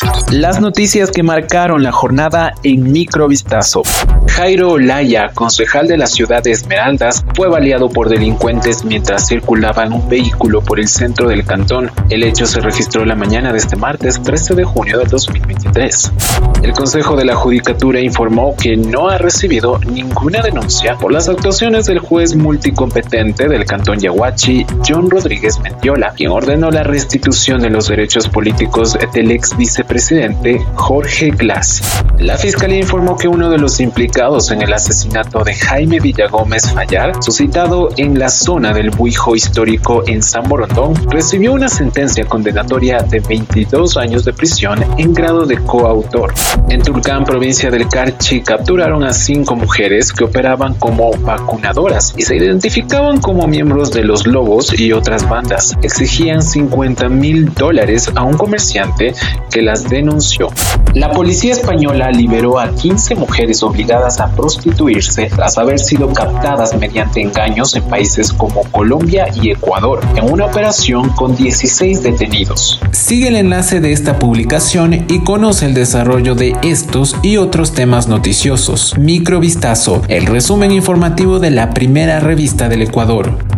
Las noticias que marcaron la jornada en Microvistazo. Jairo Olaya, concejal de la ciudad de Esmeraldas, fue baleado por delincuentes mientras circulaba en un vehículo por el centro del cantón. El hecho se registró la mañana de este martes 13 de junio del 2023. El Consejo de la Judicatura informó que no ha recibido ninguna denuncia por las actuaciones del juez multicompetente del cantón Yaguachi, John Rodríguez Mendiola, quien ordenó la restitución de los derechos políticos del ex vicepresidente Jorge Glass. La Fiscalía informó que uno de los implicados en el asesinato de Jaime Villagómez Fallar, suscitado en la zona del Buijo histórico en San Borondón, recibió una sentencia condenatoria de 22 años de prisión en grado de coautor. En Tulcán, provincia del Carchi, capturaron a 5 mujeres que operaban como vacunadoras y se identificaban como miembros de los Lobos y otras bandas. Exigían $50,000 a un comerciante que las denunció. La policía española liberó a 15 mujeres obligadas a prostituirse tras haber sido captadas mediante engaños en países como Colombia y Ecuador, en una operación con 16 detenidos. Sigue el enlace de esta publicación y conoce el desarrollo de estos y otros temas noticiosos. Microvistazo, el resumen informativo de la primera revista del Ecuador.